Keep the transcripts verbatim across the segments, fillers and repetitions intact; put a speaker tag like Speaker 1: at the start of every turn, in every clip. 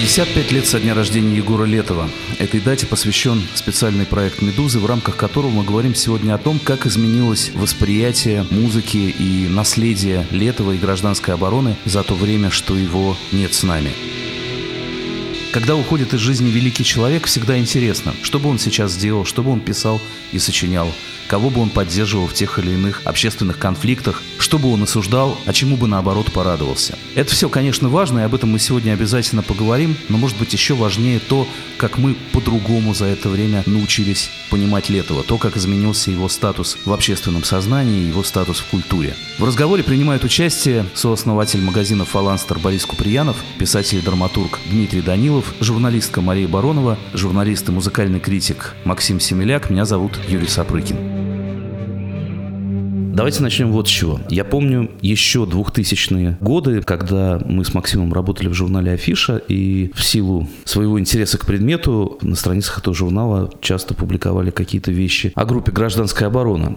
Speaker 1: пятьдесят пять лет со дня рождения Егора Летова. Этой дате посвящен специальный проект «Медузы», в рамках которого мы говорим сегодня о том, как изменилось восприятие музыки и наследие Летова и гражданской обороны за то время, что его нет с нами. Когда уходит из жизни великий человек, всегда интересно, что бы он сейчас сделал, что бы он писал и сочинял, кого бы он поддерживал в тех или иных общественных конфликтах, что бы он осуждал, а чему бы наоборот порадовался. Это все, конечно, важно, и об этом мы сегодня обязательно поговорим, но может быть еще важнее то, как мы по-другому за это время научились понимать Летова, то, как изменился его статус в общественном сознании, его статус в культуре. В разговоре принимают участие сооснователь магазина «Фаланстер» Борис Куприянов, писатель и драматург Дмитрий Данилов, журналистка Мария Баронова, журналист и музыкальный критик Максим Семеляк. Меня зовут Юрий Сапрыкин. Давайте начнем вот с чего. Я помню еще двухтысячные годы, когда мы с Максимом работали в журнале «Афиша», и в силу своего интереса к предмету на страницах этого журнала часто публиковали какие-то вещи о группе «Гражданская оборона».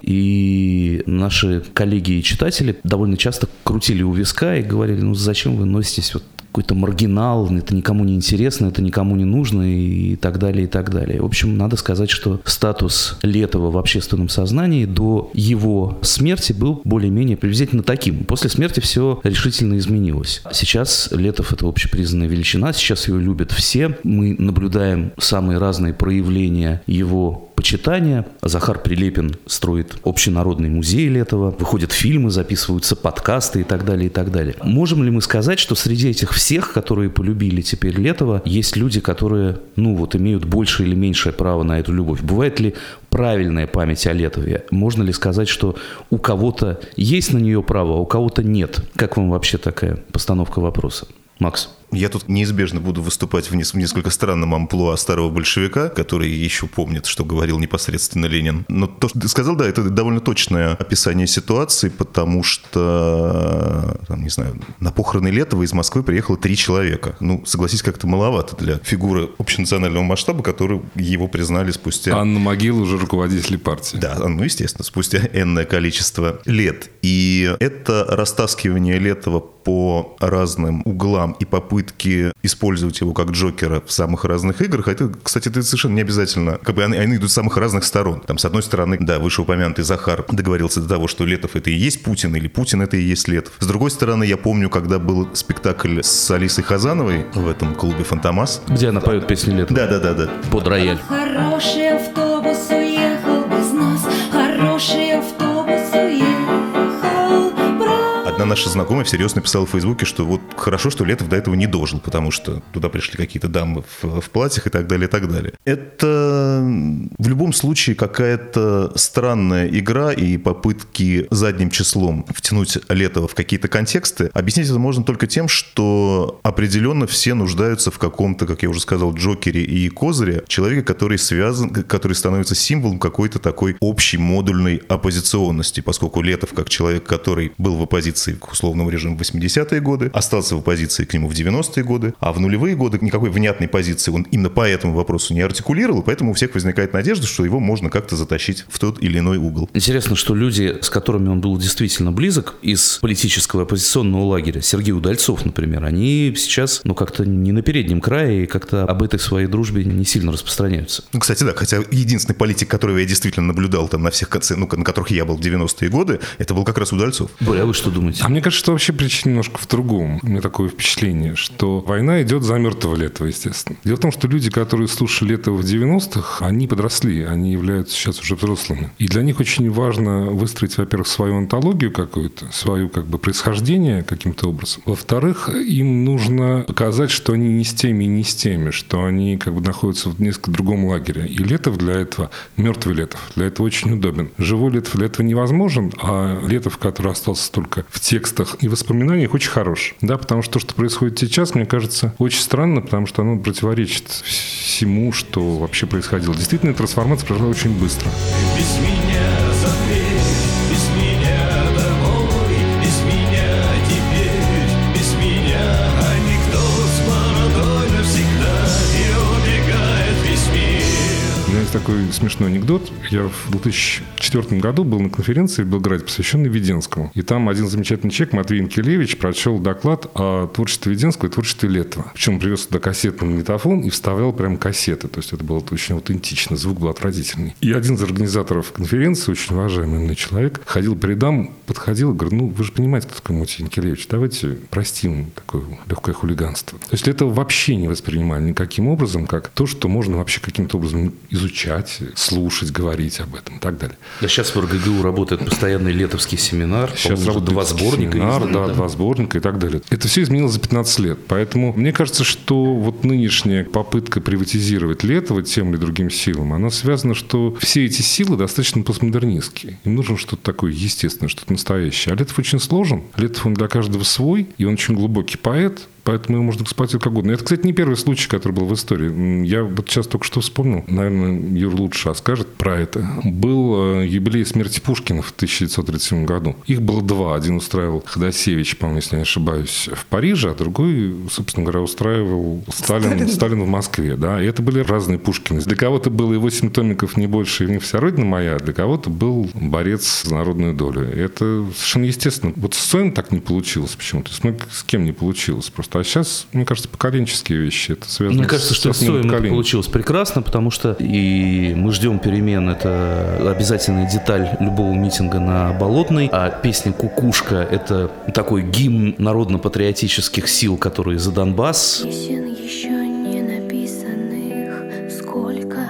Speaker 1: И наши коллеги и читатели довольно часто крутили у виска и говорили: ну зачем вы носитесь вот какой-то маргинал, это никому не интересно, это никому не нужно и так далее, и так далее. В общем, надо сказать, что статус Летова в общественном сознании до его смерти был более-менее приблизительно таким. После смерти все решительно изменилось. Сейчас Летов — это общепризнанная величина, сейчас его любят все. Мы наблюдаем самые разные проявления его почитания. Захар Прилепин строит общенародный музей Летова, выходят фильмы, записываются подкасты и так далее, и так далее. Можем ли мы сказать, что среди этих всех, которые полюбили теперь Летова, есть люди, которые, ну вот, имеют больше или меньшее право на эту любовь? Бывает ли правильная память о Летове? Можно ли сказать, что у кого-то есть на нее право, а у кого-то нет? Как вам вообще такая постановка вопроса? Макс?
Speaker 2: Я тут неизбежно буду выступать в несколько странном амплуа старого большевика, который еще помнит, что говорил непосредственно Ленин. Но то, что ты сказал, да, это довольно точное описание ситуации, потому что, там, не знаю, на похороны Летова из Москвы приехало три человека. Ну, согласись, как-то маловато для фигуры общенационального масштаба, которую его признали спустя...
Speaker 3: Анна Могила уже руководитель партии.
Speaker 2: Да, ну, естественно, спустя энное количество лет. И это растаскивание Летова по разным углам и попытки использовать его как Джокера в самых разных играх. Это, кстати, это совершенно не обязательно. Как бы они, они идут с самых разных сторон. Там, с одной стороны, да, вышеупомянутый Захар договорился до того, что Летов — это и есть Путин, или Путин — это и есть Летов. С другой стороны, я помню, когда был спектакль с Алисой Хазановой в этом клубе «Фантомас».
Speaker 1: Где она поет песни Летова.
Speaker 2: Да-да-да.
Speaker 1: Под рояль.
Speaker 4: Хороший автобус уехал без нас, хороший автобус уехал.
Speaker 2: Одна наша знакомая всерьез написала в Фейсбуке, что вот хорошо, что Летов до этого не дожил, потому что туда пришли какие-то дамы в, в платьях и так далее, и так далее. Это в любом случае какая-то странная игра, и попытки задним числом втянуть Летова в какие-то контексты. Объяснить это можно только тем, что определенно все нуждаются в каком-то, как я уже сказал, Джокере и козыре, человека, который связан, который становится символом какой-то такой общей модульной оппозиционности, поскольку Летов, как человек, который был в оппозиции к условному режиму в восьмидесятые годы, остался в оппозиции к нему в девяностые годы, а в нулевые годы никакой внятной позиции он именно по этому вопросу не артикулировал, и поэтому у всех возникает надежда, что его можно как-то затащить в тот или иной угол.
Speaker 1: Интересно, что люди, с которыми он был действительно близок из политического оппозиционного лагеря, Сергей Удальцов, например, они сейчас, ну, как-то не на переднем крае и как-то об этой своей дружбе не сильно распространяются.
Speaker 2: Ну, кстати, да, хотя единственный политик, которого я действительно наблюдал там на всех концах, ну, на которых я был в девяностые годы, это был как раз Удальцов.
Speaker 1: Боря, а вы что думаете?
Speaker 3: А мне кажется, что вообще причина немножко в другом. У меня такое впечатление, что война идет за мертвого Летова, естественно. Дело в том, что люди, которые слушали Летова в девяностых, они подросли, они являются сейчас уже взрослыми. И для них очень важно выстроить, во-первых, свою антологию какую-то, свое как бы происхождение каким-то образом. Во-вторых, им нужно показать, что они не с теми и не с теми, что они как бы находятся в несколько другом лагере. И Летов для этого, мертвый Летов, для этого очень удобен. Живой Летов для этого невозможен, а Летов, который остался только в текстах и воспоминаниях, очень хорош. Да, потому что то, что происходит сейчас, мне кажется, очень странно, потому что оно противоречит всему, что вообще происходило. Действительно, трансформация произошла очень быстро.
Speaker 5: Без меня за дверь, без меня домой, без меня теперь, без меня, а никто с бородой навсегда не убегает весь мир.
Speaker 3: У меня есть такой смешной анекдот. Я в две тысячи четырнадцатом четвертом году был на конференции в Белграде, посвященной Веденскому. И там один замечательный человек, Матвей Инкелевич, прочел доклад о творчестве Веденского и творчестве Летова. Причем привез туда кассетный магнитофон и вставлял прям кассеты. То есть это было очень аутентично, звук был отвратительный. И один из организаторов конференции, очень уважаемый мной человек, ходил по рядам, подходил и говорил: ну, вы же понимаете, кто такой Матвей Инкелевич, давайте простим такое легкое хулиганство. То есть Летова вообще не воспринимали никаким образом, как то, что можно вообще каким-то образом изучать, слушать, говорить об этом и так далее.
Speaker 1: Да, сейчас в РГГУ работает постоянный летовский семинар.
Speaker 3: Сейчас работает
Speaker 1: два сборника.
Speaker 3: Семинар,
Speaker 1: изданы,
Speaker 3: да,
Speaker 1: да,
Speaker 3: два сборника и так далее. Это все изменилось за пятнадцать лет. Поэтому мне кажется, что вот нынешняя попытка приватизировать Летова тем или другим силам, она связана, что все эти силы достаточно постмодернистские. Им нужно что-то такое естественное, что-то настоящее. А Летов очень сложен. Летов, он для каждого свой, и он очень глубокий поэт. Поэтому его можно эксплуатировать как угодно. Это, кстати, не первый случай, который был в истории. Я вот сейчас только что вспомнил, наверное, Юр лучше расскажет про это. Был юбилей смерти Пушкина в тысяча девятьсот тридцать седьмом году. Их было два. Один устраивал Ходосевич, по-моему, если я не ошибаюсь, в Париже, а другой, собственно говоря, устраивал Сталин, Сталин. Сталин в Москве. Да? И это были разные Пушкины. Для кого-то было его семь томиков не больше, и в них вся Родина моя, а для кого-то был борец за народную долю. И это совершенно естественно. Вот с Цоем так не получилось почему-то. С кем не получилось просто. А сейчас, мне кажется, поколенческие вещи. Это связано
Speaker 1: Мне кажется,
Speaker 3: с
Speaker 1: что с Цоем это получилось прекрасно, потому что и мы ждем перемен. Это обязательная деталь любого митинга на Болотной. А песня «Кукушка» — это такой гимн народно-патриотических сил, которые за Донбасс.
Speaker 4: Песен еще не написанных сколько,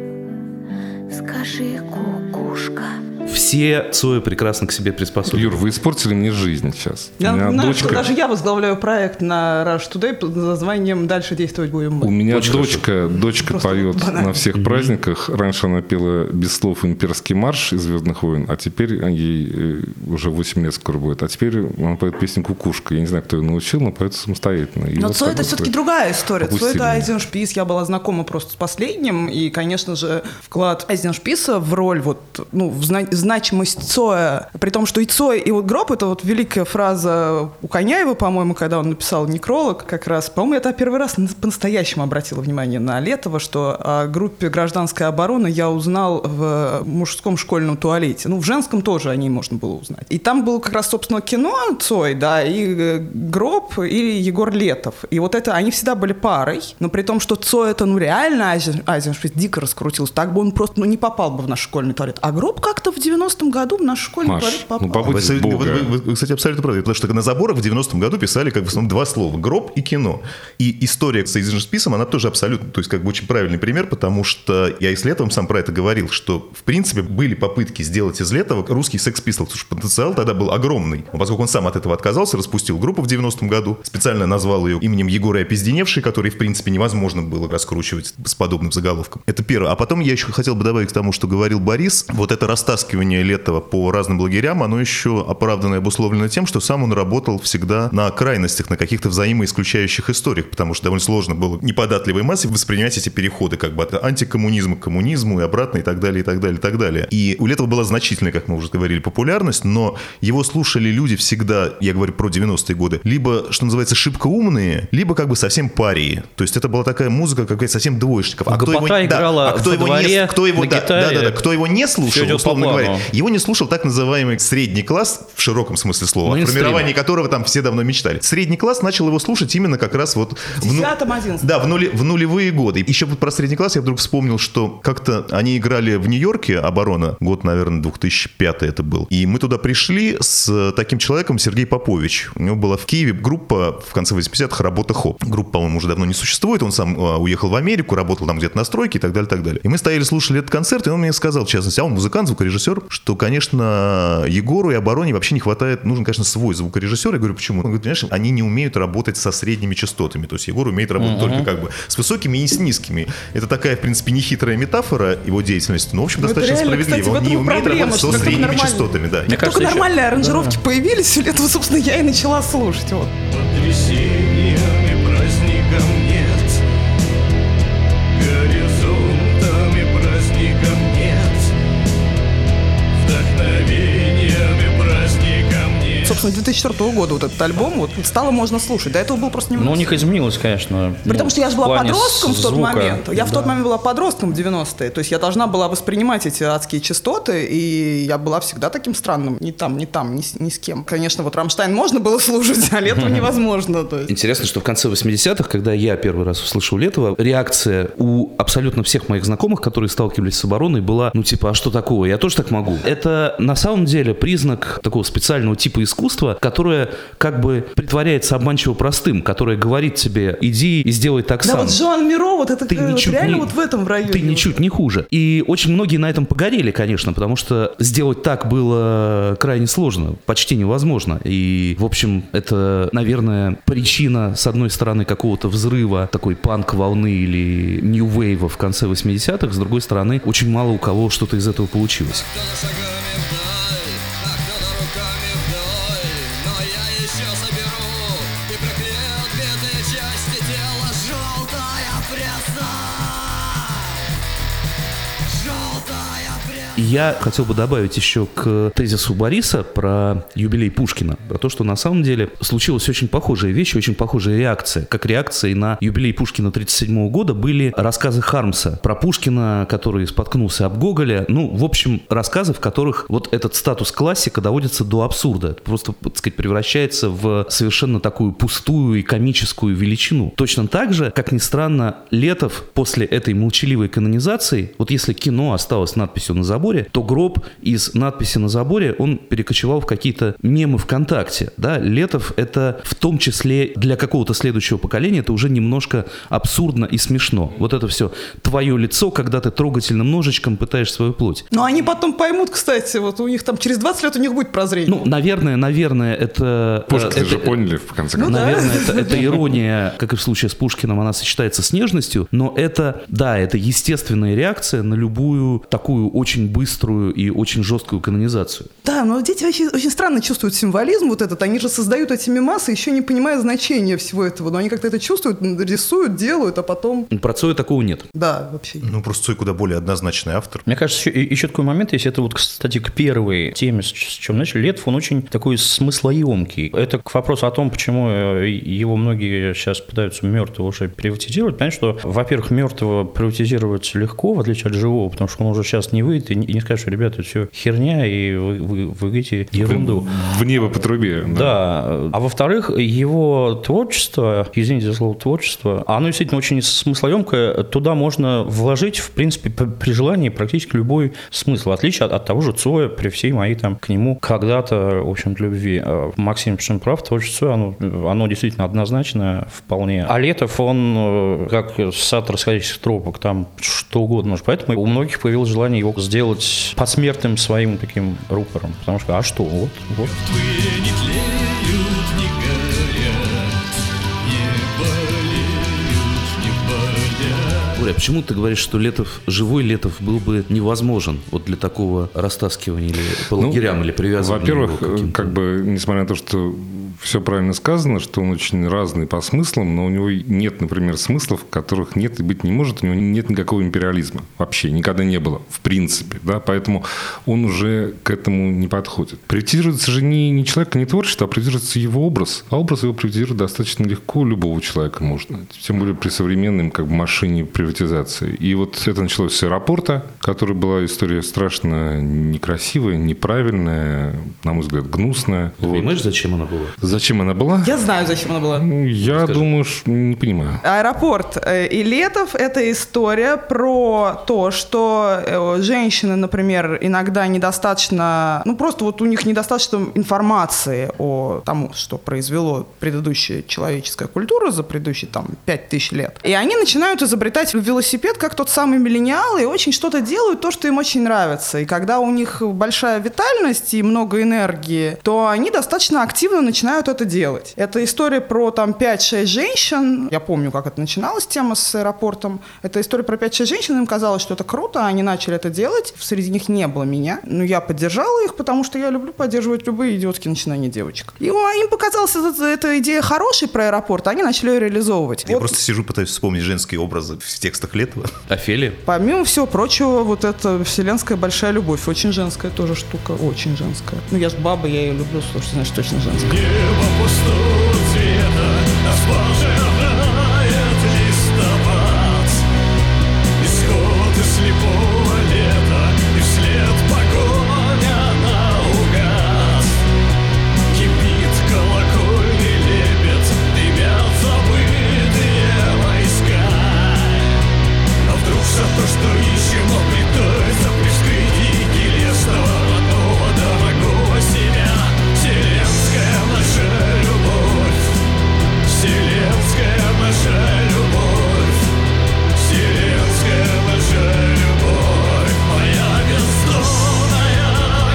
Speaker 4: скажи, кукушка.
Speaker 1: Все Цоя прекрасно к себе приспособили.
Speaker 3: Юр, вы испортили мне жизнь сейчас.
Speaker 6: Я
Speaker 3: У меня
Speaker 6: знаю,
Speaker 3: дочка...
Speaker 6: что даже я возглавляю проект на Rush Today под названием «Дальше действовать будем мы».
Speaker 3: У меня
Speaker 1: Очень
Speaker 3: дочка, дочка
Speaker 6: Просто
Speaker 3: поет
Speaker 6: банально.
Speaker 3: на всех праздниках. Раньше она пела без слов «Имперский марш» из «Звездных войн», а теперь ей э, уже восемь лет скоро будет. А теперь она поет песню «Кукушка». Я не знаю, кто ее научил, но поет самостоятельно. И
Speaker 6: Но
Speaker 3: вот
Speaker 6: Цой
Speaker 3: так
Speaker 6: это
Speaker 3: вот
Speaker 6: все-таки
Speaker 3: проект.
Speaker 6: другая история. Цой
Speaker 3: Опустили
Speaker 6: это
Speaker 3: меня.
Speaker 6: Айзеншпис. Я была знакома просто с последним. И, конечно же, вклад Айзеншписа в роль, вот, ну, в зна- значимость Цоя. При том, что и Цой, и вот гроб — это вот великая фраза у Коняева, по-моему, когда он написал «Некролог» как раз. По-моему, это первый раз по-настоящему обратила внимание на Летова, что о группе «Гражданская оборона» я узнал в мужском школьном туалете. Ну, в женском тоже о ней можно было узнать. И там было как раз, собственно, кино Цой, да, и гроб, и Егор Летов. И вот это, они всегда были парой, но при том, что Цой это, ну, реально Айзен, Айзеншпис дико раскрутился. Так бы он просто, ну, не попал бы в наш школьный туалет. А гроб как-то в девяностом году в наш школьный
Speaker 3: Маш,
Speaker 6: туалет попал.
Speaker 3: ну, побудь
Speaker 2: Вы,
Speaker 3: с Бога.
Speaker 2: вы- вы- вы, кстати, абсолютно правы. Потому что на заборах в девяностом году писали как в основном два слова: гроб и кино. И история с Эйзеншписом, она тоже абсолютно, то есть как бы очень правильный пример, потому что я и с Летовым сам про это говорил, что в принципе были попытки сделать из Летова русский Sex Pistols, потому что потенциал тогда был огромный. Но поскольку он сам от этого отказался, распустил группу в девяностом году, специально назвал ее именем Егора Опизденевший, который в принципе невозможно было раскручивать с подобным заголовком. Это первое. А потом я еще хотел бы добавить к тому, что говорил Борис. Вот это растаскивание Летова по разным лагерям, оно еще оправдано и обусловлено тем, что сам он работал всегда на крайностях, на каких-то взаимоисключающих историях, потому что довольно сложно было неподатливой массе воспринимать эти переходы как бы от антикоммунизма к коммунизму и обратно, и так далее, и так далее, и так далее. И у Летова была значительная, как мы уже говорили, популярность, но его слушали люди всегда, я говорю про девяностые годы, либо, что называется, шибко умные, либо как бы совсем парии. То есть это была такая музыка, какая-то совсем двоечников. А кто его,
Speaker 1: Гопота играла
Speaker 2: да, а кто
Speaker 1: во
Speaker 2: его
Speaker 1: дворе
Speaker 2: не, кто его,
Speaker 1: на
Speaker 2: да,
Speaker 1: гитаре.
Speaker 2: да, да, да, кто его не слушал,
Speaker 1: Всё идет
Speaker 2: условно
Speaker 1: по плану.
Speaker 2: говоря, его не слушал так называемый средний класс, в широком смысле слова, о
Speaker 1: Мейнстрим.
Speaker 2: формировании которого там все давно мечтали. Средний класс начал его слушать именно как раз вот
Speaker 6: В десятом, одиннадцатом.
Speaker 2: да, в, нуле, в нулевые годы. И еще вот про средний класс я вдруг вспомнил, что как-то они играли в Нью-Йорке, «Оборона», год, наверное, две тысячи пятый это был. И мы туда пришли с таким человеком, Сергей Попович. У него была в Киеве группа в конце восьмидесятых «Работа Хоп». Группа, по-моему, уже давно не существует. Он сам а, уехал в Америку, работал там где-то на стройке и так далее, так далее. И мы стояли, слушали этот концерт, и он мне сказал, в частности, а он музыкант, звукорежиссер, что, конечно, Егору и «Обороне» вообще не хватает, нужен, конечно, свой звукорежиссер. Я говорю, почему? Он говорит, понимаешь, они не умеют работать со средними частотами. То есть Егор умеет работать uh-huh. только как бы с высокими и с низкими. Это такая, в принципе, нехитрая метафора его деятельности, но, в общем,
Speaker 6: Ну, это
Speaker 2: достаточно
Speaker 6: реально,
Speaker 2: справедливо.
Speaker 6: кстати, в
Speaker 2: Он не
Speaker 6: этом
Speaker 2: умеет
Speaker 6: проблема,
Speaker 2: работать
Speaker 6: что
Speaker 2: со
Speaker 6: как
Speaker 2: средними
Speaker 6: нормально.
Speaker 2: частотами. Да.
Speaker 1: Мне
Speaker 6: Только
Speaker 1: кажется, еще-
Speaker 6: нормальные аранжировки появились, у этого, собственно, я и начала слушать. Вот.
Speaker 5: Потрясениями праздником нет, горизонтами праздником нет, вдохновениями праздником нет.
Speaker 6: собственно, две тысячи четвёртого года вот этот альбом вот стало можно слушать. До этого был просто немного.
Speaker 7: Ну, у них изменилось, конечно.
Speaker 6: Потому
Speaker 7: ну,
Speaker 6: что я же была
Speaker 7: в плане
Speaker 6: подростком в тот
Speaker 7: звука.
Speaker 6: момент. Я
Speaker 7: Да.
Speaker 6: в тот момент была подростком в девяностые. То есть я должна была воспринимать эти адские частоты, и я была всегда таким странным. Ни там, ни там, ни с, ни с кем. Конечно, вот Рамштайн можно было слушать, а Летова невозможно. То есть.
Speaker 1: Интересно, что в конце восьмидесятых, когда я первый раз услышал Летова, реакция у абсолютно всех моих знакомых, которые сталкивались с обороной, была, ну типа, а что такого? Я тоже так могу. Это на самом деле признак такого специального типа искусства, которое как бы притворяется обманчиво простым, которое говорит тебе, иди и сделай так
Speaker 6: Да,
Speaker 1: сам.
Speaker 6: вот Жан Миро, вот это
Speaker 1: Ты
Speaker 6: вот
Speaker 1: ничуть
Speaker 6: реально
Speaker 1: не-
Speaker 6: вот в этом в районе.
Speaker 1: Ты ничуть не хуже. И очень многие на этом погорели, конечно, потому что сделать так было крайне сложно, почти невозможно. И, в общем, это, наверное, причина, с одной стороны, какого-то взрыва такой панк-волны или нью-вейва в конце восьмидесятых, с другой стороны, очень мало у кого что-то из этого получилось. Я хотел бы добавить еще к тезису Бориса про юбилей Пушкина, про то, что на самом деле случилась очень похожая вещь, очень похожая реакция. Как реакцией на юбилей Пушкина тридцать седьмого года были рассказы Хармса про Пушкина, который споткнулся об Гоголя. Ну, в общем, рассказы, в которых вот этот статус классика доводится до абсурда. Это просто, так сказать, превращается в совершенно такую пустую и комическую величину. Точно так же, как ни странно, Летов после этой молчаливой канонизации, вот если кино осталось с надписью на заборе, то гроб из надписи на заборе, он перекочевал в какие-то мемы ВКонтакте. Да? Летов — это в том числе для какого-то следующего поколения, это уже немножко абсурдно и смешно. Вот это все твое лицо, когда ты трогательным ножичком пытаешь свою плоть.
Speaker 6: Но они потом поймут, кстати, вот у них там через двадцать лет у них будет прозрение.
Speaker 1: Ну, наверное, наверное, это...
Speaker 3: Пушкина
Speaker 1: это,
Speaker 3: же поняли, в конце
Speaker 6: Ну
Speaker 3: концов.
Speaker 6: да.
Speaker 1: Наверное, это, это ирония, как и в случае с Пушкиным, она сочетается с нежностью, но это, да, это естественная реакция на любую такую очень быструю и очень жесткую канонизацию.
Speaker 6: Да, но дети вообще очень странно чувствуют символизм вот этот. Они же создают эти мемасы, еще не понимая значения всего этого. Но они как-то это чувствуют, рисуют, делают, а потом...
Speaker 1: Про Цоя такого нет.
Speaker 6: Да, вообще.
Speaker 2: Ну, просто Цой куда более однозначный автор.
Speaker 7: Мне кажется, еще, еще такой момент есть. Это вот, кстати, к первой теме, с чем начали. Летов, он очень такой смыслоемкий. Это к вопросу о том, почему его многие сейчас пытаются мертвого уже приватизировать. Понятно, что, во-первых, мертвого приватизировать легко, в отличие от живого, потому что он уже сейчас не выйдет и не, и не скажет, что, ребята, это все херня, и вы, вы, вы говорите ерунду.
Speaker 3: В небо по трубе. Да.
Speaker 7: Да. А во-вторых, его творчество, извините за слово творчество, оно действительно очень смыслоемкое. Туда можно вложить, в принципе, при желании практически любой смысл. В отличие от, от того же Цоя, при всей моей там к нему когда-то, в общем-то, любви. Максим совершенно прав, творчество Цоя, оно, оно действительно однозначно вполне. А Летов, он как сад расходящихся тропок, там что угодно может. Поэтому у многих появилось желание его сделать посмертным своим таким рупором. Потому что, а что, вот, вот.
Speaker 5: Мертвые не тлеют, не горят, не болеют, не болят.
Speaker 1: Боря, почему ты говоришь, что Летов, живой Летов был бы невозможен вот для такого растаскивания или по лагерям, или привязывания
Speaker 3: Во-первых,
Speaker 1: его к каким-то?
Speaker 3: как бы, несмотря на то, что все правильно сказано, что он очень разный по смыслам, но у него нет, например, смыслов, которых нет и быть не может, у него нет никакого империализма. Вообще, никогда не было, в принципе. Да? Поэтому он уже к этому не подходит. Приватизируется же не, не человек, не творчество, а приватизируется его образ. А образ его приватизировать достаточно легко, у любого человека можно. Тем более при современной как бы, машине приватизации. И вот это началось с аэропорта, которая была история страшно некрасивая, неправильная, на мой взгляд, гнусная.
Speaker 1: Ты
Speaker 3: Вот.
Speaker 1: понимаешь, зачем она была?
Speaker 3: Зачем она была?
Speaker 6: Я знаю, зачем она была.
Speaker 3: Ну, Я
Speaker 1: Расскажи.
Speaker 3: думаю, что не понимаю.
Speaker 6: Аэропорт э, и Летов – это история про то, что э, женщины, например, иногда недостаточно, ну просто вот у них недостаточно информации о тому, что произвело предыдущая человеческая культура за предыдущие там пять тысяч лет. И они начинают изобретать велосипед, как тот самый миллениал, и очень что-то делают, то, что им очень нравится. И когда у них большая витальность и много энергии, то они достаточно активно начинают начинают это делать. Это история про там пять-шесть женщин. Я помню, как это начиналась тема с аэропортом. Это история про пять-шесть женщин. Им казалось, что это круто, они начали это делать. Среди них не было меня. Но я поддержала их, потому что я люблю поддерживать любые идиотские начинания девочек. И им показалась эта, эта идея хорошей про аэропорт, они начали ее реализовывать.
Speaker 2: Я
Speaker 6: вот.
Speaker 2: просто сижу, пытаюсь вспомнить женские образы в текстах Летова.
Speaker 1: Офелия?
Speaker 6: Помимо всего прочего, вот эта вселенская большая любовь. Очень женская тоже штука, очень женская. Ну, я ж баба, я ее люблю, слушай, значит, точно женская.
Speaker 5: Небо пустого цвета, нас пожирает листопад. Исход из слепого лета, и вслед погоня наугад. Кипит колокольный лепет, дымят забытые войска. А вдруг все то, что ищем, обретается при вскрытии лесного родного, дорогого себя. Вселенская наша любовь, вселенская наша любовь, вселенская наша любовь, моя бездонная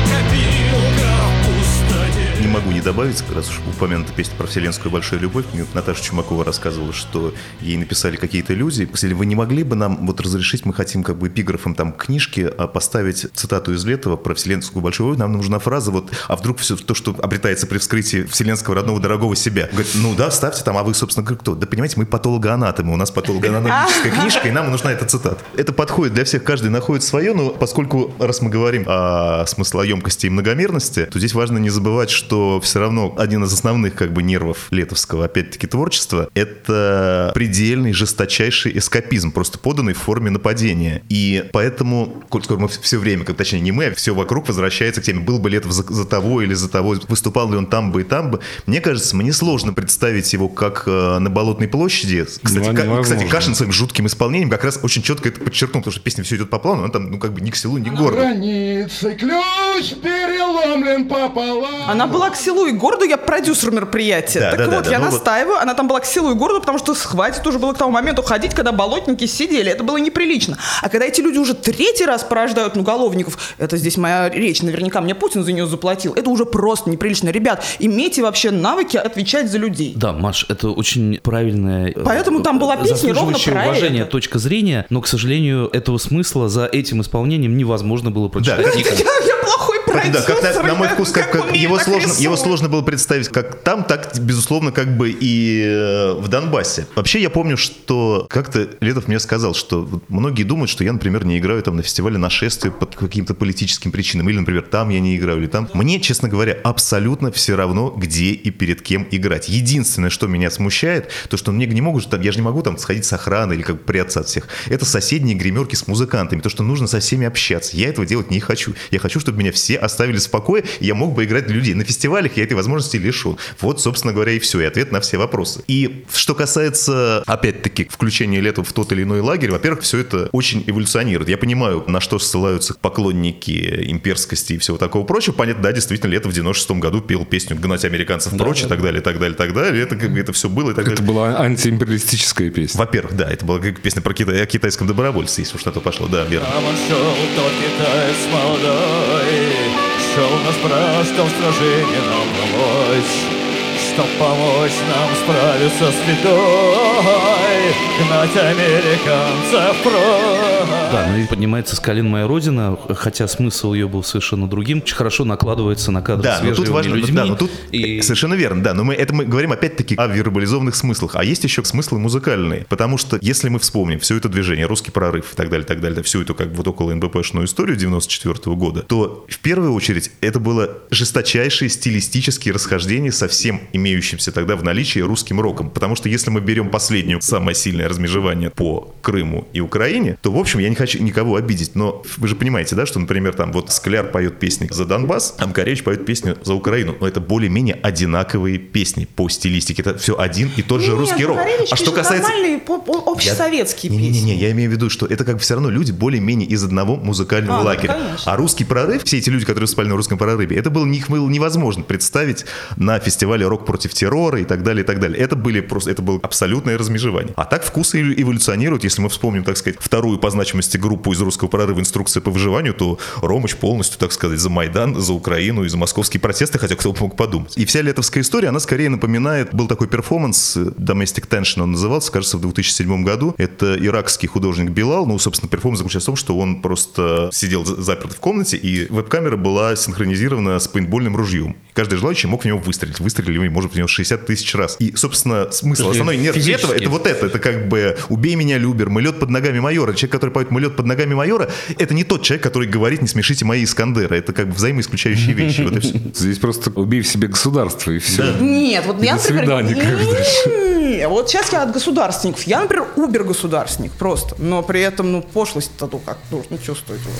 Speaker 5: копилка пустоте.
Speaker 2: Не могу не добавить, раз уж упомянута песня про вселенскую большую любовь. Мне Наташа Чумакова рассказывала, что ей написали какие-то люди. Если вы не могли бы нам вот разрешить, мы хотим как бы эпиграфом там книжки поставить цитату из Летова про вселенскую большую любовь, нам нужна фраза вот, а вдруг все то, что обретается при вскрытии вселенского родного дорогого себя. Говорит, ну да, ставьте там, а вы, собственно, кто? Да понимаете, мы патологоанатомы, у нас патологоанатомическая книжка, и нам нужна эта цитата. Это подходит для всех, каждый находит свое, но поскольку, раз мы говорим о смыслоемкости и многомерности, то здесь важно не забывать, что все равно один из основных как бы нервов летовского, опять-таки, творчества — это предельный, жесточайший эскапизм, просто поданный в форме нападения. И поэтому, коль скоро мы все время, как точнее не мы, а все вокруг возвращается к теме, был бы Летов за, за того или за того, выступал ли он там бы и там бы. Мне кажется, мне сложно представить его как э, на Болотной площади. Кстати,
Speaker 3: Ну,
Speaker 2: ка- кстати, Кашин своим жутким исполнением как раз очень четко это подчеркнул, потому что песня все идет по плану, он там, ну, как бы ни к селу, ни к городу.
Speaker 8: Границы ключ переломлен пополам.
Speaker 6: Она была к селу и городу, я продюсер мероприятия.
Speaker 2: Да,
Speaker 6: так
Speaker 2: да,
Speaker 6: вот,
Speaker 2: да,
Speaker 6: я
Speaker 2: да, ну
Speaker 6: настаиваю, она там была к селу и городу, потому что хватит уже было к тому моменту ходить, когда болотники сидели. Это было неприлично. А когда эти люди уже третий раз порождают уголовников, это здесь моя речь, наверняка мне Путин за нее заплатил, это уже просто неприлично. Ребят, имейте вообще навыки отвечать за людей.
Speaker 1: Да, Маш, это очень правильная,
Speaker 6: Поэтому там была песня ровно
Speaker 1: заслуживающая
Speaker 6: про
Speaker 1: уважения
Speaker 6: это.
Speaker 1: точка зрения, но, к сожалению, этого смысла за этим исполнением невозможно было прочитать.
Speaker 2: Да,
Speaker 1: никому.
Speaker 6: Я, я плохой
Speaker 2: Как, да, как
Speaker 6: продюсер.
Speaker 2: на, на мой вкус, как, как
Speaker 6: умею,
Speaker 2: его,
Speaker 6: так
Speaker 2: сложно,
Speaker 6: рисую.
Speaker 2: его сложно было представить как там, так, безусловно, как бы и э, в Донбассе. Вообще, я помню, что как-то Летов мне сказал, что вот многие думают, что я, например, не играю там на фестивале «Нашествие» по каким-то политическим причинам, или, например, там я не играю, или там. Мне, честно говоря, абсолютно все равно, где и перед кем играть. Единственное, что меня смущает, то, что мне не могут, там, я же не могу там сходить с охраной или как бы прятаться от всех. Это соседние гримерки с музыкантами, то, что нужно со всеми общаться. Я этого делать не хочу. Я хочу, чтобы меня все оставили в покое, и я мог бы играть для людей. На фестивалях я этой возможности лишен. Вот, собственно говоря, и все. И ответ на все вопросы. И что касается, опять-таки, включения Летова в тот или иной лагерь, во-первых, все это очень эволюционирует. Я понимаю, на что ссылаются поклонники имперскости и всего такого прочего. Понятно, да, действительно, Летов в девяносто шестом году пел песню «Гнать американцев
Speaker 1: Да,
Speaker 2: прочь»
Speaker 1: да.
Speaker 2: и так далее, и так далее, и так далее. Это, как бы, это все было и так
Speaker 3: Это
Speaker 2: далее.
Speaker 3: была антиимпериалистическая песня.
Speaker 2: Во-первых, да, это была как песня про кита- о китайском добровольце, если уж на то пошло. Да, верно.
Speaker 5: Там он шел, тот китаец молодой, шел нас спрашивал, сражение нам удалось, чтоб помочь нам справиться с бедой, гнать американцев прочь.
Speaker 1: Да, ну и поднимается с колен моя родина, хотя смысл ее был совершенно другим. Очень хорошо накладывается на кадры
Speaker 2: Да,
Speaker 1: с
Speaker 2: но тут
Speaker 1: вежливыми
Speaker 2: важно,
Speaker 1: людьми.
Speaker 2: да, но тут
Speaker 1: и...
Speaker 2: совершенно верно, да, но мы это мы говорим опять-таки о вербализованных смыслах, а есть еще смыслы музыкальные, потому что если мы вспомним все это движение, русский прорыв и так далее, так далее, всю эту как бы вот около эн бэ пэ-шную историю девяносто четвёртого года, то в первую очередь это было жесточайшие стилистические расхождения со всем имеющимся тогда в наличии русским роком, потому что если мы берем последнюю, самое сильное размежевание по Крыму и Украине, то, в общем, я не хочу никого обидеть, но вы же понимаете, да, что, например, там вот Скляр поет песни за Донбасс, а Макаревич поет песню за Украину, но это более-менее одинаковые песни по стилистике, это все один и тот же
Speaker 6: Нет,
Speaker 2: русский рок.
Speaker 6: Макаревич
Speaker 2: А что
Speaker 6: пишет
Speaker 2: касается...
Speaker 6: нормальные по- по- общесоветские песни.
Speaker 2: Не-не-не, я имею в виду, что это как бы все равно люди более-менее из одного музыкального
Speaker 6: А, ну,
Speaker 2: лагеря.
Speaker 6: конечно.
Speaker 2: А русский прорыв, все эти люди, которые спали на русском прорыве, это было, их было невозможно представить на фестивале «Рок против против террора и так далее, и так далее. Это были просто, это было абсолютное размежевание. А так вкусы эволюционируют. Если мы вспомним, так сказать, вторую по значимости группу из русского прорыва «Инструкция по выживанию», то Ромыч полностью, так сказать, за Майдан, за Украину и за московские протесты, хотя кто бы мог подумать. И вся летовская история, она скорее напоминает, был такой перформанс, Domestic Tension он назывался, кажется, в две тысячи седьмом году. Это иракский художник Билал. Ну, собственно, перформанс заключался в том, что он просто сидел заперт в комнате, и веб-камера была синхронизирована с пейнтбольным ружьем. Каждый желающий мог в него выстрелить. Выстрелили мы, может, в него шестьдесят тысяч раз. И, собственно, смысл, основной нерв этого, это вот это. Это как бы «Убей меня, Любер», «Мы лед под ногами майора». Человек, который поет «Мы лед под ногами майора», это не тот человек, который говорит «Не смешите мои Искандеры». Это как бы взаимоисключающие вещи. Вот и все.
Speaker 3: Здесь просто убей в себе государство, и все.
Speaker 6: Да. Нет, вот я,
Speaker 3: например... До свидания,
Speaker 6: как вот сейчас я от государственников. Я, например, убер-государственник просто. Но при этом, ну, пошлость-то ну, как нужно чувствовать. Вот.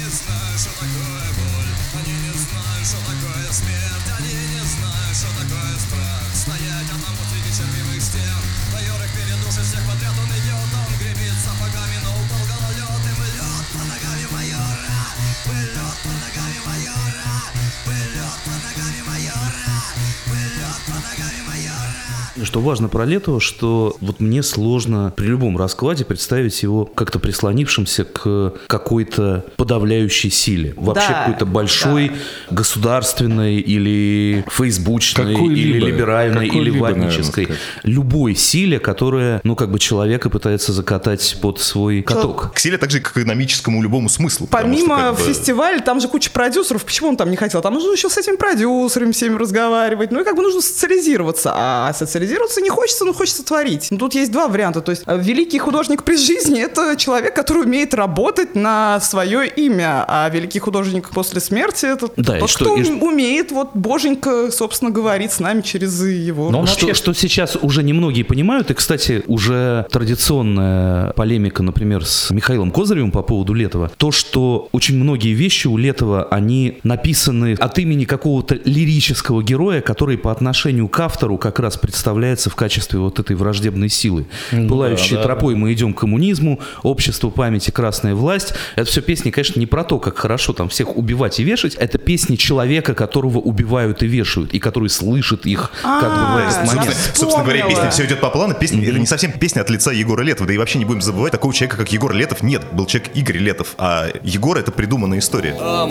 Speaker 1: Что важно про Летова, что вот мне сложно при любом раскладе представить его как-то прислонившимся к какой-то подавляющей силе. Вообще
Speaker 6: да,
Speaker 1: какой-то большой да. государственной или фейсбучной, или либеральной, или ватнической. Любой силе, которая, ну, как бы человека пытается закатать под свой каток.
Speaker 2: К силе также к экономическому любому смыслу.
Speaker 6: Помимо
Speaker 2: что, как бы...
Speaker 6: фестиваля, там же куча продюсеров. Почему он там не хотел? Там нужно еще с этими продюсерами всеми разговаривать. Ну и как бы нужно социализироваться. А социализироваться не хочется, но хочется творить. Но тут есть два варианта. То есть великий художник при жизни — это человек, который умеет работать на свое имя. А великий художник после смерти — это
Speaker 1: да,
Speaker 6: тот,
Speaker 1: что,
Speaker 6: кто
Speaker 1: и...
Speaker 6: умеет, вот боженька, собственно, говорит с нами через его...
Speaker 1: Но что, вообще... что сейчас уже немногие понимают, и, кстати, уже традиционная полемика, например, с Михаилом Козыревым по поводу Летова, то, что очень многие вещи у Летова, они написаны от имени какого-то лирического героя, который по отношению к автору как раз представляется в качестве вот этой враждебной силы. Ну, Пылающей да, тропой да. мы идем к коммунизму, общество памяти, красная власть. Это все песни, конечно, не про то, как хорошо там всех убивать и вешать. Это песни человека, которого убивают и вешают, и который слышит их как бы в этот момент.
Speaker 2: Собственно говоря, песня «Все идет по плану». Песня, это не совсем песня от лица Егора Летова. Да и вообще не будем забывать, такого человека, как Егор Летов, нет. Был человек Игорь Летов, а Егор — это придуманная история.
Speaker 5: А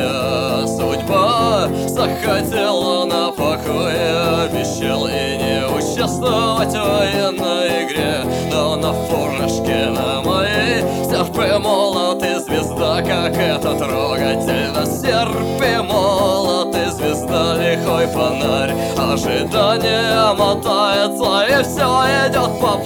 Speaker 5: моя судьба захотела на покое, обещал и не участвовать в военной игре, но на фуражке на моей серп молот и звезда, как это трогательно. Серп и молот и звезда, лихой фонарь, ожидание мотается и все идет по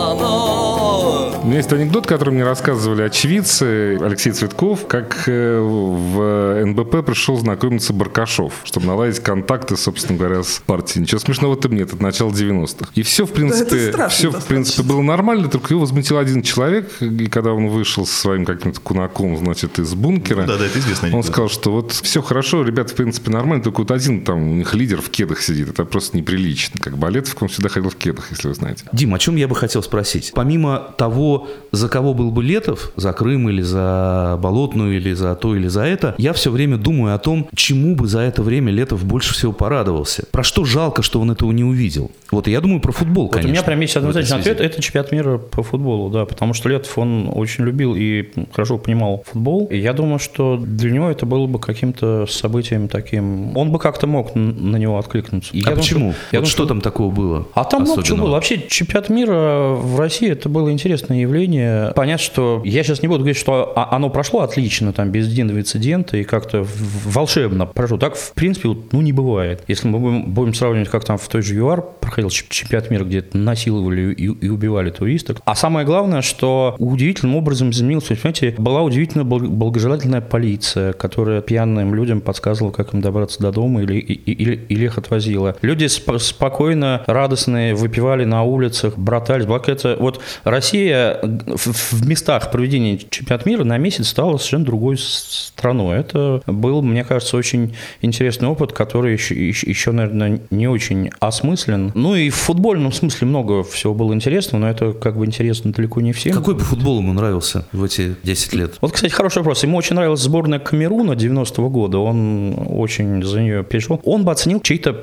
Speaker 5: плану.
Speaker 3: У меня есть анекдот, который мне рассказывали очевидцы. Алексей Цветков, как в эн бэ пэ пришел знакомиться Баркашов, чтобы наладить контакты, собственно говоря, с партией. Ничего смешного в этом нет, это начало девяностых. И все, в принципе, да, все, в принципе, было нормально, только его возмутил один человек, и когда он вышел со своим каким-то кунаком, значит, из бункера,
Speaker 2: да, да, это известно,
Speaker 3: он сказал, что вот все хорошо, ребята, в принципе, нормально, только вот один там у них лидер в кедах сидит, это просто неприлично. Как бы Летов, он всегда ходил в кедах, если вы знаете.
Speaker 1: Дим, о чем я бы хотел спросить? Помимо того, за кого был бы Летов, за Крым или за Болотную, или за то, или за это, я все время думаю о том, чему бы за это время Летов больше всего порадовался. Про что жалко, что он этого не увидел. Вот, и я думаю про футбол,
Speaker 7: вот
Speaker 1: конечно.
Speaker 7: У меня прям есть однозначный ответ, это чемпионат мира по футболу, да, потому что Летов, он очень любил и хорошо понимал футбол, и я думаю, что для него это было бы каким-то событием таким, он бы как-то мог на него откликнуться. И
Speaker 1: а почему?
Speaker 7: Думаю, я
Speaker 1: вот
Speaker 7: думаю,
Speaker 1: что там такого было?
Speaker 7: А там много чего было. Вообще, чемпионат мира в России, это было интересное явление. Понятно, что я сейчас не буду говорить, что оно прошло отлично, там, без единого инцидента и как-то волшебно прошло. Так, в принципе, ну, не бывает. Если мы будем, будем сравнивать, как там в той же ЮАР проходил чемпионат мира, где насиловали и, и убивали туристов. А самое главное, что удивительным образом изменилось, понимаете, была удивительно благожелательная полиция, которая пьяным людям подсказывала, как им добраться до дома или, или, или их отвозила. Люди сп- спокойно, радостные, выпивали на улицах, братались. Это, вот Россия в, в местах проведения чемпионата мира на месяц стала совершенно другой страной. Это был, мне кажется, очень интересный опыт, который еще, еще, еще, наверное, не очень осмыслен. Ну и в футбольном смысле много всего было интересного, но это как бы интересно далеко не всем.
Speaker 1: Какой бы футбол ему нравился в эти десять лет?
Speaker 7: Вот, кстати, хороший вопрос. Ему очень нравилась сборная Камеруна девяностого года. Он очень за нее переживал. Он бы оценил чей-то прорыв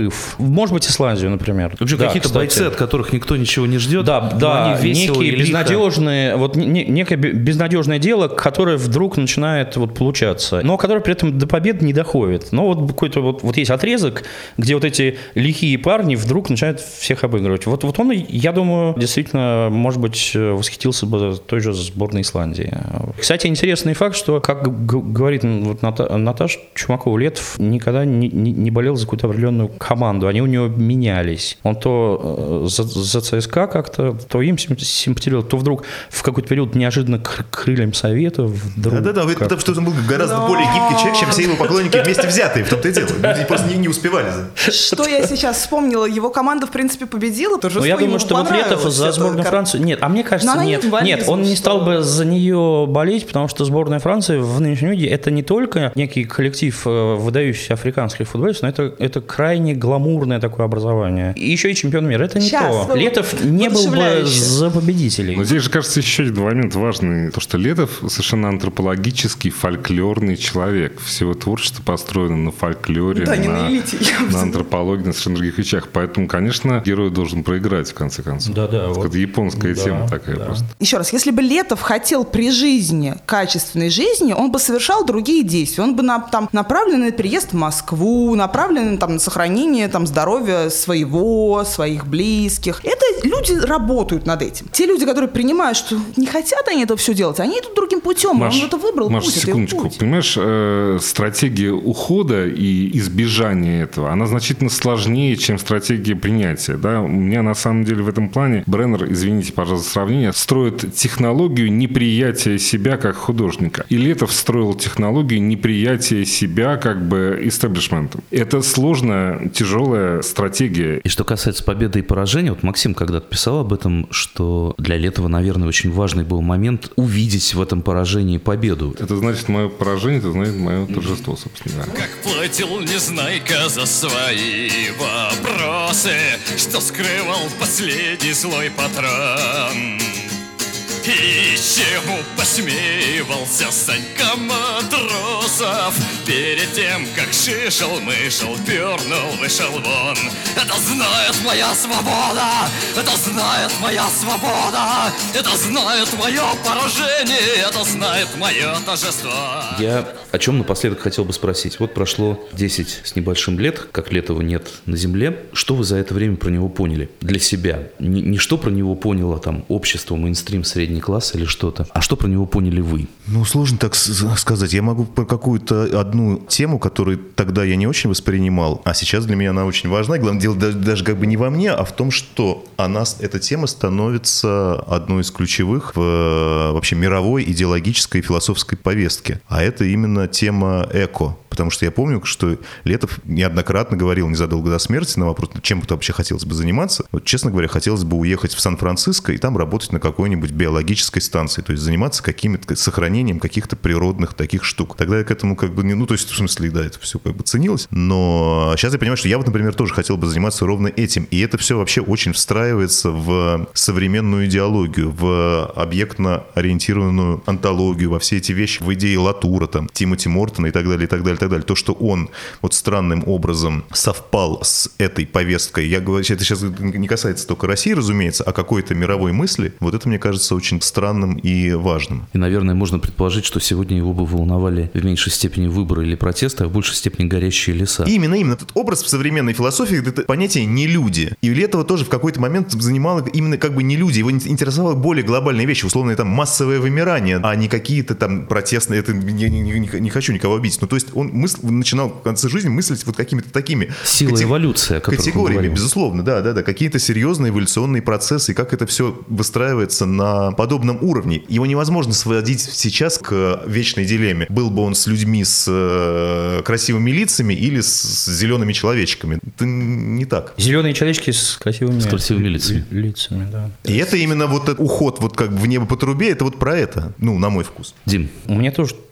Speaker 7: порыв. Может быть, Исландию, например.
Speaker 1: Вообще, да, какие-то кстати. бойцы, от которых никто ничего не ждет.
Speaker 7: Да, да, некие безнадежные, вот не, некое безнадежное дело, которое вдруг начинает вот получаться, но которое при этом до побед не доходит. Но вот какой-то вот, вот есть отрезок, где вот эти лихие парни вдруг начинают всех обыгрывать. Вот, вот он, я думаю, действительно, может быть, восхитился бы той же сборной Исландии. Кстати, интересный факт, что, как г- говорит вот Ната- Наташа Чумакова, Летов никогда не, не, не болел за какую-то определенную команду. Они у него менялись. Он то за, за ЦСКА как-то, то им симпатизировал, то вдруг в какой-то период неожиданно к крыльям Совета.
Speaker 2: Да-да-да, потому что он был гораздо более гибкий человек, чем все его поклонники вместе взятые. В том-то и дело. Люди просто не, не успевали.
Speaker 6: Что я сейчас вспомнила, его команда, в принципе, победила.
Speaker 7: Но я думаю, что вот Летов за сборную кар... Франции... Нет, а мне кажется, Но нет. Нет, он не стал бы за нее болеть, потому что сборная Франции в нынешнем виде это не только некий коллектив выдающихся африканских футболистов, но это, это крайне гламурное такое образование. И еще и чемпион мира. Это не Сейчас, то. Летов не был бы за победителей.
Speaker 3: Но здесь же, кажется, еще один момент важный. То, что Летов совершенно антропологический, фольклорный человек. Все его творчество построено на фольклоре,
Speaker 6: да,
Speaker 3: на,
Speaker 6: на, элите,
Speaker 3: на антропологии, на совершенно других вещах. Поэтому, конечно, герой должен проиграть, в конце концов.
Speaker 7: Да-да. Вот.
Speaker 3: Это японская да, тема такая
Speaker 7: да.
Speaker 3: просто.
Speaker 6: Еще раз, если бы Летов хотел при жизни, качественной жизни, он бы совершал другие действия. Он бы на, там, направлен на переезд в Москву, направлен там, на сохранение там, здоровья своего, своих близких. Это люди работают над этим. Те люди, которые принимают, что не хотят они это все делать, они идут другим путем. Маш, он это выбрал.
Speaker 3: Маш,
Speaker 6: путь,
Speaker 3: секундочку.
Speaker 6: это путь.
Speaker 3: Понимаешь, э, стратегия ухода и избежания этого, она значительно сложнее, чем стратегия принятия. Да? У меня на самом деле в этом плане Бреннер, извините, пожалуйста, сравнение, строит технологию неприятия себя как художника. И Летов строил технологию неприятия себя как бы истеблишментом. Это сложная, тяжелая стратегия.
Speaker 1: И что касается победы и поражения, вот Максим когда-то писал об этом, что для Летова, наверное, очень важный был момент увидеть в этом поражении победу.
Speaker 3: Это значит мое поражение, это значит мое торжество, собственно говоря.
Speaker 5: Как платил Незнайка за свои вопросы, что скрывал последний злой патрон. И чему посмеивался Санька Матросов перед тем, как шишел-мышел, пернул, вышел вон. Это знает моя свобода, это знает моя свобода, это знает мое поражение, это знает мое торжество.
Speaker 1: Я о чем напоследок хотел бы спросить. Вот прошло десять с небольшим лет, как Летова нет на земле. Что вы за это время про него поняли для себя? Не, не что про него поняло там общество, мейнстрим, средний класс или что-то, а что про него поняли вы?
Speaker 2: Ну, сложно так сказать. Я могу про какую-то одну тему, которую тогда я не очень воспринимал, а сейчас для меня она очень важна. И главное, дело даже, даже как бы не во мне, а в том, что она, эта тема становится одной из ключевых в вообще мировой идеологической и философской повестке. А это именно тема эко. Потому что я помню, что Летов неоднократно говорил незадолго до смерти на вопрос, чем бы вообще хотелось бы заниматься. Вот, честно говоря, хотелось бы уехать в Сан-Франциско и там работать на какой-нибудь биологической станции, то есть заниматься каким-то сохранением каких-то природных таких штук. Тогда я к этому как бы не... Ну, то есть, в смысле, да, это все как бы ценилось. Но сейчас я понимаю, что я вот, например, тоже хотел бы заниматься ровно этим. И это все вообще очень встраивается в современную идеологию, в объектно-ориентированную антологию, во все эти вещи, в идеи Латура, там, Тимоти Мортона и так далее, и так далее, и так далее. То, что он вот странным образом совпал с этой повесткой, я говорю, это сейчас не касается только России, разумеется, а какой-то мировой мысли, вот это, мне кажется, очень странным и важным.
Speaker 1: И, наверное, можно предположить, что сегодня его бы волновали в меньшей степени выборы или протесты, а в большей степени горящие леса.
Speaker 2: Именно, именно. Этот образ в современной философии, это понятие «не люди». И Летова тоже в какой-то момент занимало именно как бы не люди. Его интересовало более глобальные вещи, условно, там, массовое вымирание, а не какие-то там протестные, это я не, не, не хочу никого обидеть. Ну, то есть он мысл, начинал в конце жизни мыслить вот какими-то такими...
Speaker 1: Сила катег... эволюции, о которых
Speaker 2: категориями, безусловно, да, да, да. Какие-то серьезные эволюционные процессы, и как это все выстраивается на подобном уровне. Его невозможно сводить сейчас к вечной дилемме. Был бы он с людьми с э, красивыми лицами или с зелеными человечками. Это не так.
Speaker 7: Зеленые человечки с красивыми,
Speaker 1: с красивыми лицами.
Speaker 7: лицами да.
Speaker 2: И это именно вот этот уход вот как бы в небо по трубе, это вот про это, ну, на мой вкус.
Speaker 1: Дим.
Speaker 7: У меня тоже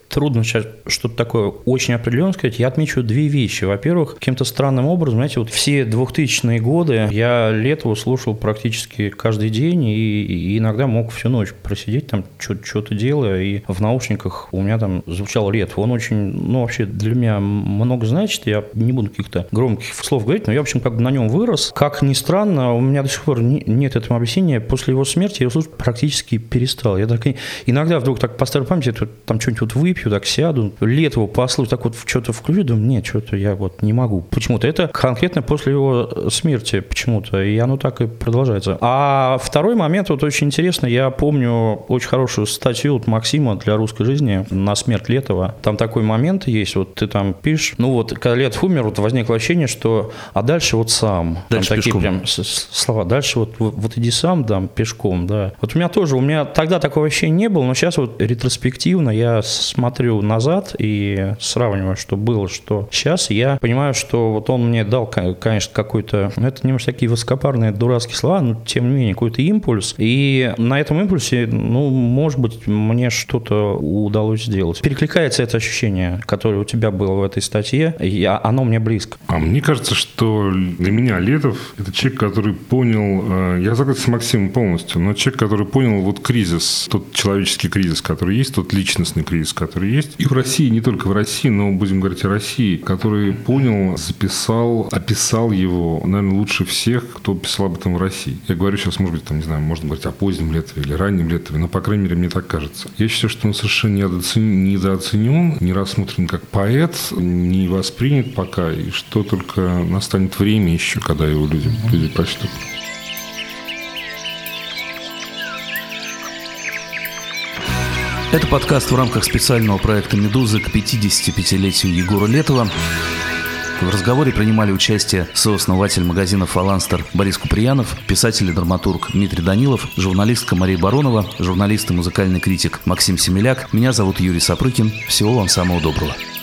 Speaker 7: трудно сейчас что-то такое очень определенно сказать. Я отмечу две вещи. Во-первых, каким-то странным образом, знаете, вот все двухтысячные годы я Летова слушал практически каждый день и, и иногда мог всю ночь просидеть там, что-то делая, и в наушниках у меня там звучал Летов. Он очень, ну, вообще для меня много значит. Я не буду каких-то громких слов говорить, но я, в общем, как бы на нем вырос. Как ни странно, у меня до сих пор не, нет этого объяснения. После его смерти я его слушать практически перестал. Я так и, иногда вдруг так по старой памяти там что-нибудь вот выпью, так сяду, Летова послушаю, так вот что-то включу, думаю, нет, что-то я вот не могу. Почему-то это конкретно после его смерти почему-то, и оно так и продолжается. А второй момент, вот очень интересно, я помню очень хорошую статью от Максима для русской жизни на смерть Летова. Там такой момент есть, вот ты там пишешь, ну вот, когда Летов умер, вот возникло ощущение, что, а дальше вот сам.
Speaker 1: Дальше
Speaker 7: там
Speaker 1: пешком.
Speaker 7: Такие прям слова, дальше вот, вот, вот иди сам, там, пешком, да. Вот у меня тоже, у меня тогда такого ощущения не было, но сейчас вот ретроспективно я смотрю назад и сравниваю, что было, что сейчас, я понимаю, что вот он мне дал, конечно, какой-то, ну, это немножко такие высокопарные, дурацкие слова, но тем не менее, какой-то импульс, и на этом импульсе, ну, может быть, мне что-то удалось сделать. Перекликается это ощущение, которое у тебя было в этой статье, и оно мне близко.
Speaker 3: А мне кажется, что для меня Летов – это человек, который понял, я согласен с Максимом полностью, но человек, который понял вот кризис, тот человеческий кризис, который есть, тот личностный кризис, который есть, и в России, не только в России, но будем говорить о России, который понял, записал, описал его, наверное, лучше всех, кто писал об этом в России. Я говорю сейчас, может быть, там, не знаю, можно говорить о позднем Летове или раннем Летове, но, по крайней мере, мне так кажется. Я считаю, что он совершенно недооценен, не рассмотрен как поэт, не воспринят пока, и что только настанет время еще, когда его люди, люди прочтут.
Speaker 1: Это подкаст в рамках специального проекта «Медузы» к пятидесятипятилетию Егора Летова. В разговоре принимали участие сооснователь магазина «Фаланстер» Борис Куприянов, писатель и драматург Дмитрий Данилов, журналистка Мария Баронова, журналист и музыкальный критик Максим Семеляк. Меня зовут Юрий Сапрыкин. Всего вам самого доброго.